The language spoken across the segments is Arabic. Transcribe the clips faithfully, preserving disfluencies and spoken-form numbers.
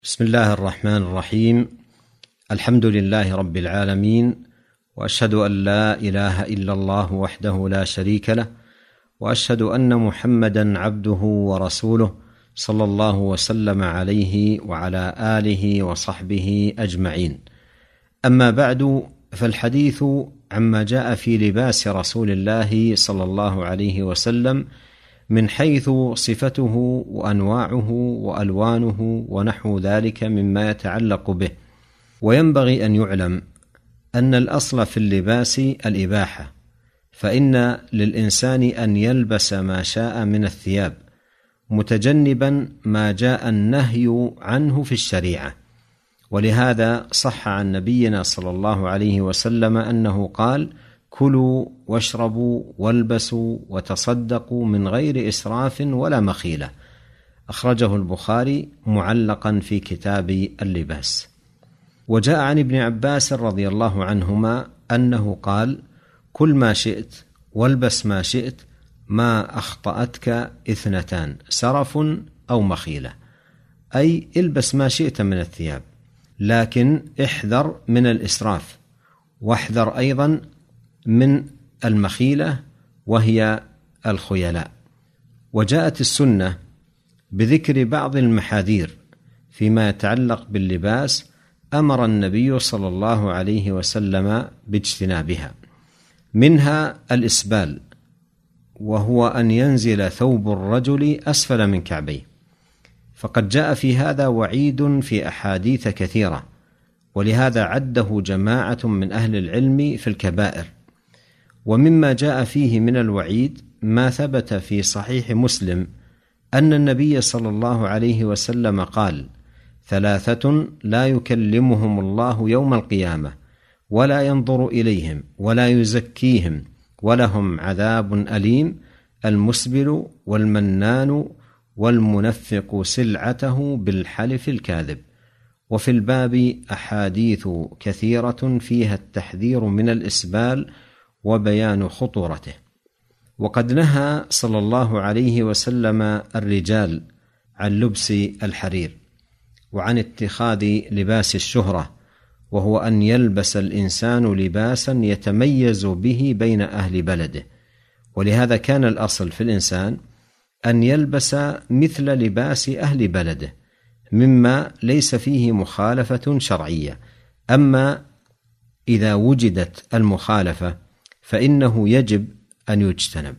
بسم الله الرحمن الرحيم. الحمد لله رب العالمين، وأشهد أن لا إله إلا الله وحده لا شريك له، وأشهد أن محمدا عبده ورسوله صلى الله وسلم عليه وعلى آله وصحبه أجمعين. أما بعد، فالحديث عما جاء في لباس رسول الله صلى الله عليه وسلم من حيث صفته وأنواعه وألوانه ونحو ذلك مما يتعلق به. وينبغي أن يعلم أن الأصل في اللباس الإباحة، فإن للإنسان أن يلبس ما شاء من الثياب متجنبا ما جاء النهي عنه في الشريعة. ولهذا صح عن نبينا صلى الله عليه وسلم أنه قال: كلوا واشربوا والبسوا وتصدقوا من غير إسراف ولا مخيلة. أخرجه البخاري معلقا في كتاب اللباس. وجاء عن ابن عباس رضي الله عنهما أنه قال: كل ما شئت والبس ما شئت، ما أخطأتك اثنتان، سرف أو مخيلة، أي البس ما شئت من الثياب، لكن احذر من الإسراف، واحذر أيضا من المخيلة وهي الخيلاء. وجاءت السنة بذكر بعض المحاذير فيما يتعلق باللباس أمر النبي صلى الله عليه وسلم باجتنابها، منها الإسبال، وهو أن ينزل ثوب الرجل أسفل من كعبيه، فقد جاء في هذا وعيد في أحاديث كثيرة، ولهذا عده جماعة من أهل العلم في الكبائر. ومما جاء فيه من الوعيد ما ثبت في صحيح مسلم أن النبي صلى الله عليه وسلم قال: ثلاثة لا يكلمهم الله يوم القيامة ولا ينظر إليهم ولا يزكيهم ولهم عذاب أليم: المسبل والمنان والمنفق سلعته بالحلف الكاذب. وفي الباب أحاديث كثيرة فيها التحذير من الإسبال وبيان خطورته. وقد نهى صلى الله عليه وسلم الرجال عن لبس الحرير وعن اتخاذ لباس الشهرة، وهو أن يلبس الإنسان لباسا يتميز به بين أهل بلده. ولهذا كان الأصل في الإنسان أن يلبس مثل لباس أهل بلده مما ليس فيه مخالفة شرعية. أما إذا وجدت المخالفة فإنه يجب أن يجتنب.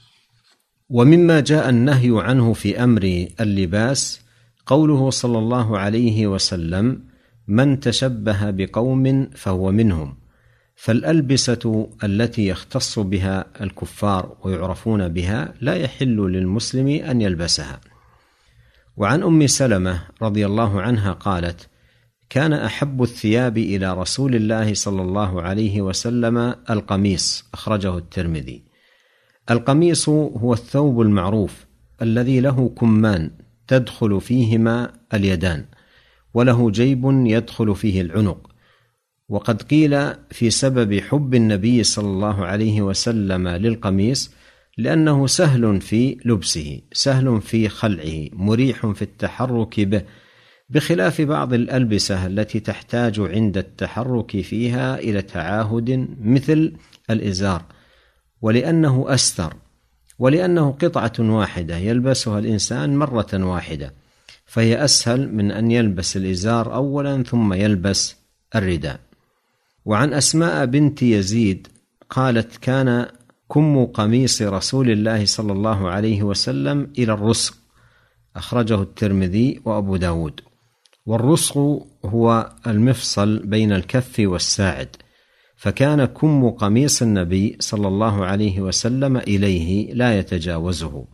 ومما جاء النهي عنه في أمر اللباس قوله صلى الله عليه وسلم: من تشبه بقوم فهو منهم. فالألبسة التي يختص بها الكفار ويعرفون بها لا يحل للمسلم أن يلبسها. وعن أم سلمة رضي الله عنها قالت: كان أحب الثياب إلى رسول الله صلى الله عليه وسلم القميص. أخرجه الترمذي. القميص هو الثوب المعروف الذي له كمان تدخل فيهما اليدان، وله جيب يدخل فيه العنق. وقد قيل في سبب حب النبي صلى الله عليه وسلم للقميص لأنه سهل في لبسه، سهل في خلعه، مريح في التحرك به، بخلاف بعض الألبسة التي تحتاج عند التحرك فيها إلى تعاهد مثل الإزار، ولأنه أستر، ولأنه قطعة واحدة يلبسها الإنسان مرة واحدة، فهي أسهل من أن يلبس الإزار أولا ثم يلبس الرداء. وعن أسماء بنت يزيد قالت: كان كم قميص رسول الله صلى الله عليه وسلم إلى الرسغ. أخرجه الترمذي وأبو داود. والرسغ هو المفصل بين الكف والساعد، فكان كم قميص النبي صلى الله عليه وسلم إليه لا يتجاوزه.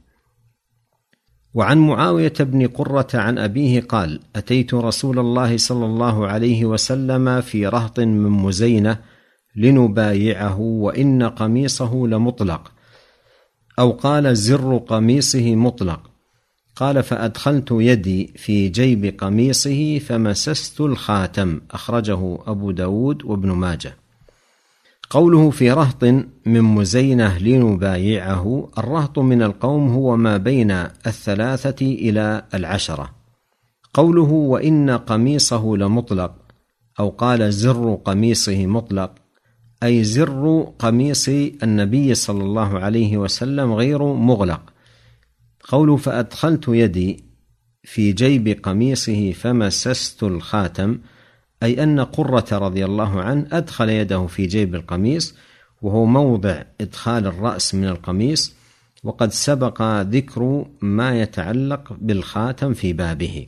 وعن معاوية بن قرة عن أبيه قال: أتيت رسول الله صلى الله عليه وسلم في رهط من مزينة لنبايعه وإن قميصه لمطلق، أو قال زر قميصه مطلق. قال: فأدخلت يدي في جيب قميصه فمسست الخاتم. أخرجه أبو داود وابن ماجه. قوله في رهط من مزينة لنبايعه، الرهط من القوم هو ما بين الثلاثة إلى العشرة، قوله وإن قميصه لمطلق، أو قال زر قميصه مطلق، أي زر قميص النبي صلى الله عليه وسلم غير مغلق. قوله فأدخلت يدي في جيب قميصه فمسست الخاتم، أي أن قرة رضي الله عنه أدخل يده في جيب القميص، وهو موضع إدخال الرأس من القميص، وقد سبق ذكر ما يتعلق بالخاتم في بابه.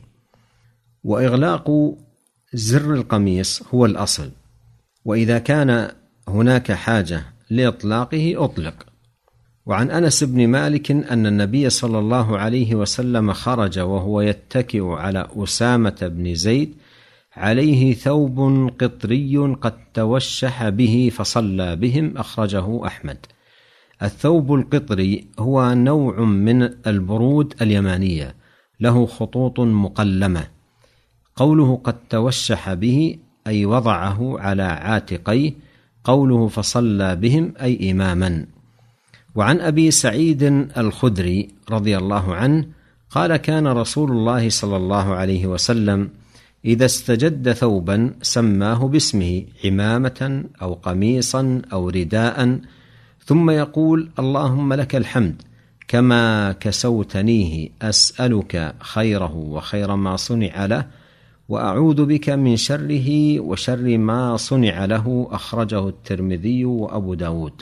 وإغلاق زر القميص هو الأصل، وإذا كان هناك حاجة لإطلاقه أطلق. وعن أنس بن مالك أن النبي صلى الله عليه وسلم خرج وهو يتكئ على أسامة بن زيد عليه ثوب قطري قد توشح به فصلى بهم، أخرجه أحمد. الثوب القطري هو نوع من البرود اليمانية له خطوط مقلمة. قوله قد توشح به أي وضعه على عاتقيه. قوله فصلى بهم أي إماما. وعن أبي سعيد الخدري رضي الله عنه قال كان رسول الله صلى الله عليه وسلم إذا استجد ثوبا سماه باسمه، عمامة أو قميصا أو رداء، ثم يقول اللهم لك الحمد كما كسوتنيه، أسألك خيره وخير ما صنع له، وأعوذ بك من شره وشر ما صنع له، أخرجه الترمذي وأبو داود.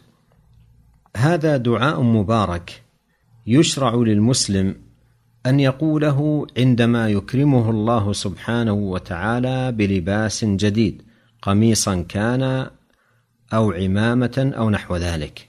هذا دعاء مبارك يشرع للمسلم أن يقوله عندما يكرمه الله سبحانه وتعالى بلباس جديد، قميصا كان أو عمامة أو نحو ذلك.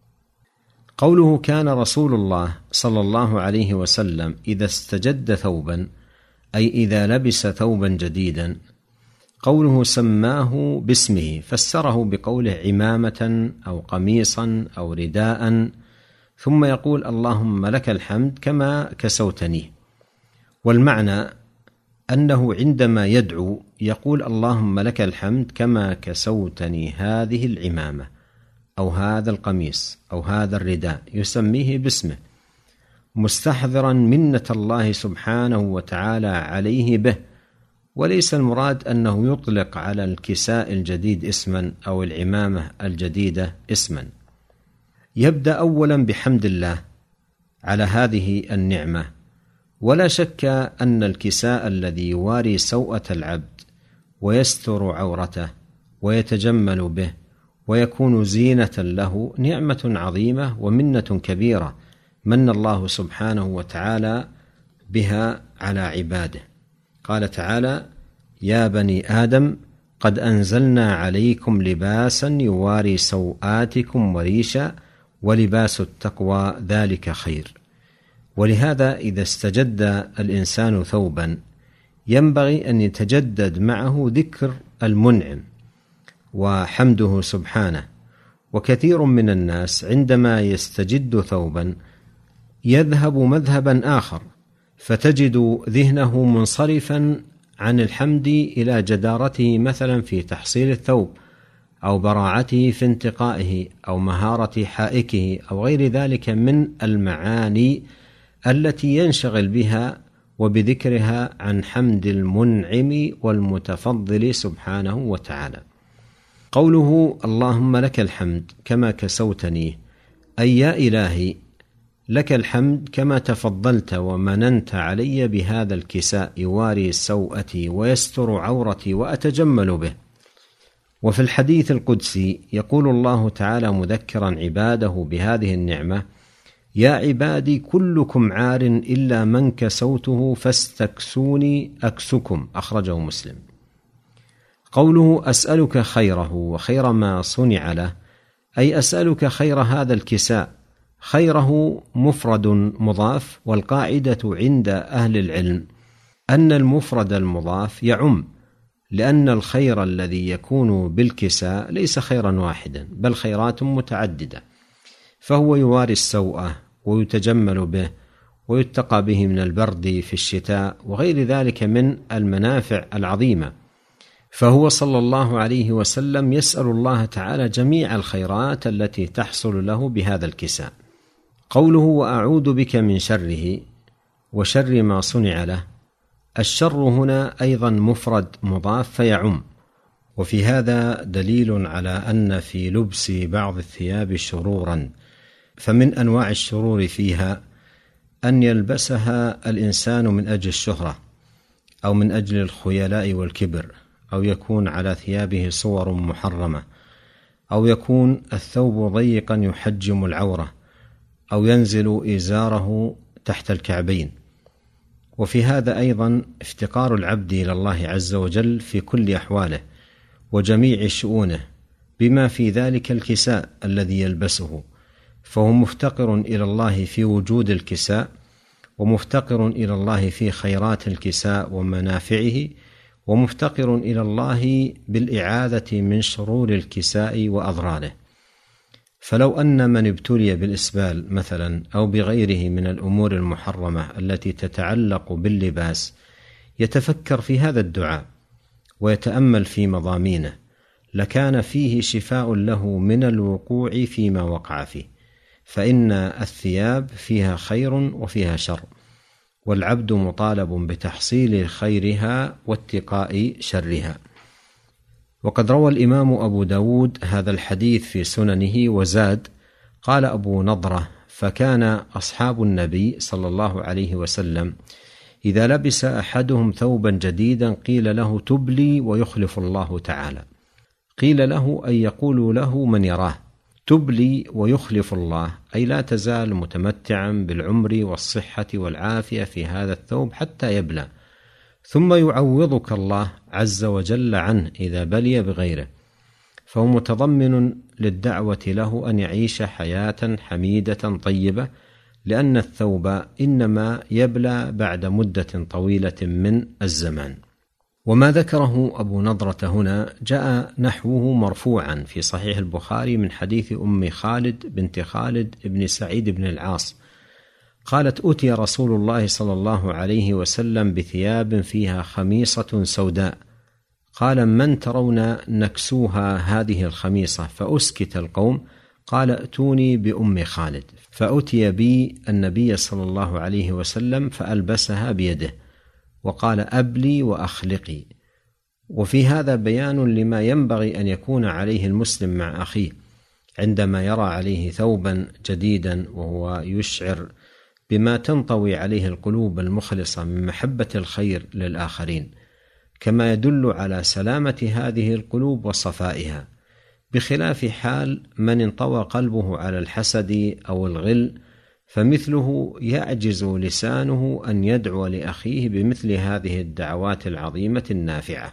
قوله كان رسول الله صلى الله عليه وسلم إذا استجد ثوبا، أي إذا لبس ثوبا جديدا. قوله سماه باسمه فسره بقوله عمامة أو قميصا أو رداء، ثم يقول اللهم لك الحمد كما كسوتني. والمعنى أنه عندما يدعو يقول اللهم لك الحمد كما كسوتني هذه العمامة أو هذا القميص أو هذا الرداء، يسميه باسمه مستحضرا منة الله سبحانه وتعالى عليه به. وليس المراد أنه يطلق على الكساء الجديد اسما أو العمامة الجديدة اسما. يبدأ أولا بحمد الله على هذه النعمة. ولا شك أن الكساء الذي يواري سوءة العبد ويستر عورته ويتجمل به ويكون زينة له نعمة عظيمة ومنة كبيرة من الله سبحانه وتعالى بها على عباده. قال تعالى يا بني آدم قد أنزلنا عليكم لباسا يواري سوآتكم وريشا ولباس التقوى ذلك خير. ولهذا إذا استجد الإنسان ثوبا ينبغي أن يتجدد معه ذكر المنعم وحمده سبحانه. وكثير من الناس عندما يستجد ثوبا يذهب مذهبا آخر، فتجد ذهنه منصرفا عن الحمد إلى جدارته مثلا في تحصيل الثوب، أو براعته في انتقائه، أو مهارة حائكه، أو غير ذلك من المعاني التي ينشغل بها وبذكرها عن حمد المنعم والمتفضل سبحانه وتعالى. قوله اللهم لك الحمد كما كسوتني، أي يا إلهي لك الحمد كما تفضلت ومننت علي بهذا الكساء يواري سوءتي ويستر عورتي وأتجمل به. وفي الحديث القدسي يقول الله تعالى مذكرا عباده بهذه النعمة يا عبادي كلكم عار إلا من كسوته فاستكسوني أكسكم، أخرجه مسلم. قوله أسألك خيره وخير ما صنع له، أي أسألك خير هذا الكساء. خيره مفرد مضاف، والقاعدة عند أهل العلم أن المفرد المضاف يعم، لأن الخير الذي يكون بالكساء ليس خيرا واحدا بل خيرات متعددة، فهو يواري السوءة ويتجمل به ويتقى به من البرد في الشتاء وغير ذلك من المنافع العظيمة. فهو صلى الله عليه وسلم يسأل الله تعالى جميع الخيرات التي تحصل له بهذا الكساء. قوله وأعوذ بك من شره وشر ما صنع له، الشر هنا أيضا مفرد مضاف فيعم، وفي هذا دليل على أن في لبس بعض الثياب شرورا، فمن أنواع الشرور فيها أن يلبسها الإنسان من أجل الشهرة أو من أجل الخيلاء والكبر، أو يكون على ثيابه صور محرمة، أو يكون الثوب ضيقا يحجم العورة، أو ينزل إزاره تحت الكعبين. وفي هذا أيضا افتقار العبد إلى الله عز وجل في كل أحواله وجميع شؤونه، بما في ذلك الكساء الذي يلبسه، فهو مفتقر إلى الله في وجود الكساء، ومفتقر إلى الله في خيرات الكساء ومنافعه، ومفتقر إلى الله بالإعاذة من شرور الكساء وأضراره. فلو أن من ابتلي بالإسبال مثلا أو بغيره من الأمور المحرمة التي تتعلق باللباس يتفكر في هذا الدعاء ويتأمل في مضامينه، لكان فيه شفاء له من الوقوع فيما وقع فيه، فإن الثياب فيها خير وفيها شر، والعبد مطالب بتحصيل خيرها واتقاء شرها. وقد روى الإمام أبو داود هذا الحديث في سننه وزاد: قال أبو نضرة: فكان أصحاب النبي صلى الله عليه وسلم إذا لبس أحدهم ثوبا جديدا قيل له: تبلي ويخلف الله تعالى. قيل له: أن يقول له من يراه تبلي ويخلف الله، أي لا تزال متمتعا بالعمر والصحة والعافية في هذا الثوب حتى يبلى، ثم يعوضك الله عز وجل عنه إذا بلي بغيره. فهو متضمن للدعوة له أن يعيش حياة حميدة طيبة، لأن الثوب إنما يبلى بعد مدة طويلة من الزمان. وما ذكره أبو نضرة هنا جاء نحوه مرفوعا في صحيح البخاري من حديث أم خالد بنت خالد بن سعيد بن العاص قالت: أتي رسول الله صلى الله عليه وسلم بثياب فيها خميصة سوداء، قال: من ترون نكسوها هذه الخميصة؟ فأسكت القوم، قال: ائتوني بأم خالد. فأتي بي النبي صلى الله عليه وسلم فألبسها بيده وقال: أبلي وأخلقي. وفي هذا بيان لما ينبغي أن يكون عليه المسلم مع أخيه عندما يرى عليه ثوبا جديدا، وهو يشعر بما تنطوي عليه القلوب المخلصة من محبة الخير للآخرين، كما يدل على سلامة هذه القلوب وصفائها، بخلاف حال من انطوى قلبه على الحسد أو الغل، فمثله يعجز لسانه أن يدعو لأخيه بمثل هذه الدعوات العظيمة النافعة.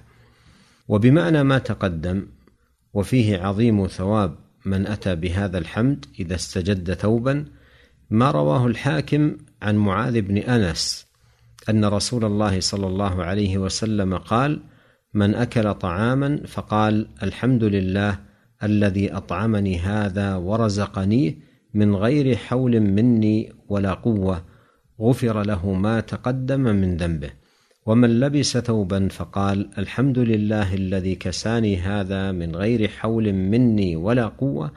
وبمعنى ما تقدم، وفيه عظيم ثواب من أتى بهذا الحمد إذا استجد ثوبا، ما رواه الحاكم عن معاذ بن أنس أن رسول الله صلى الله عليه وسلم قال: من أكل طعاما فقال: الحمد لله الذي أطعمني هذا ورزقنيه من غير حول مني ولا قوة، غفر له ما تقدم من ذنبه. ومن لبس ثوبا فقال: الحمد لله الذي كساني هذا من غير حول مني ولا قوة،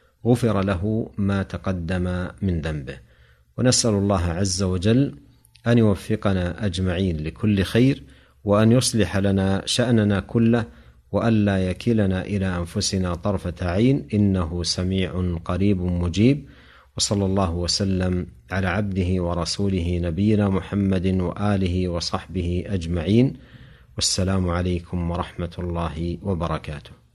غفر له ما تقدم من ذنبه. ونسأل الله عز وجل أن يوفقنا أجمعين لكل خير، وأن يصلح لنا شأننا كله، وألا يكلنا إلى أنفسنا طرفة عين، إنه سميع قريب مجيب. وصلى الله وسلم على عبده ورسوله نبينا محمد وآله وصحبه أجمعين، والسلام عليكم ورحمة الله وبركاته.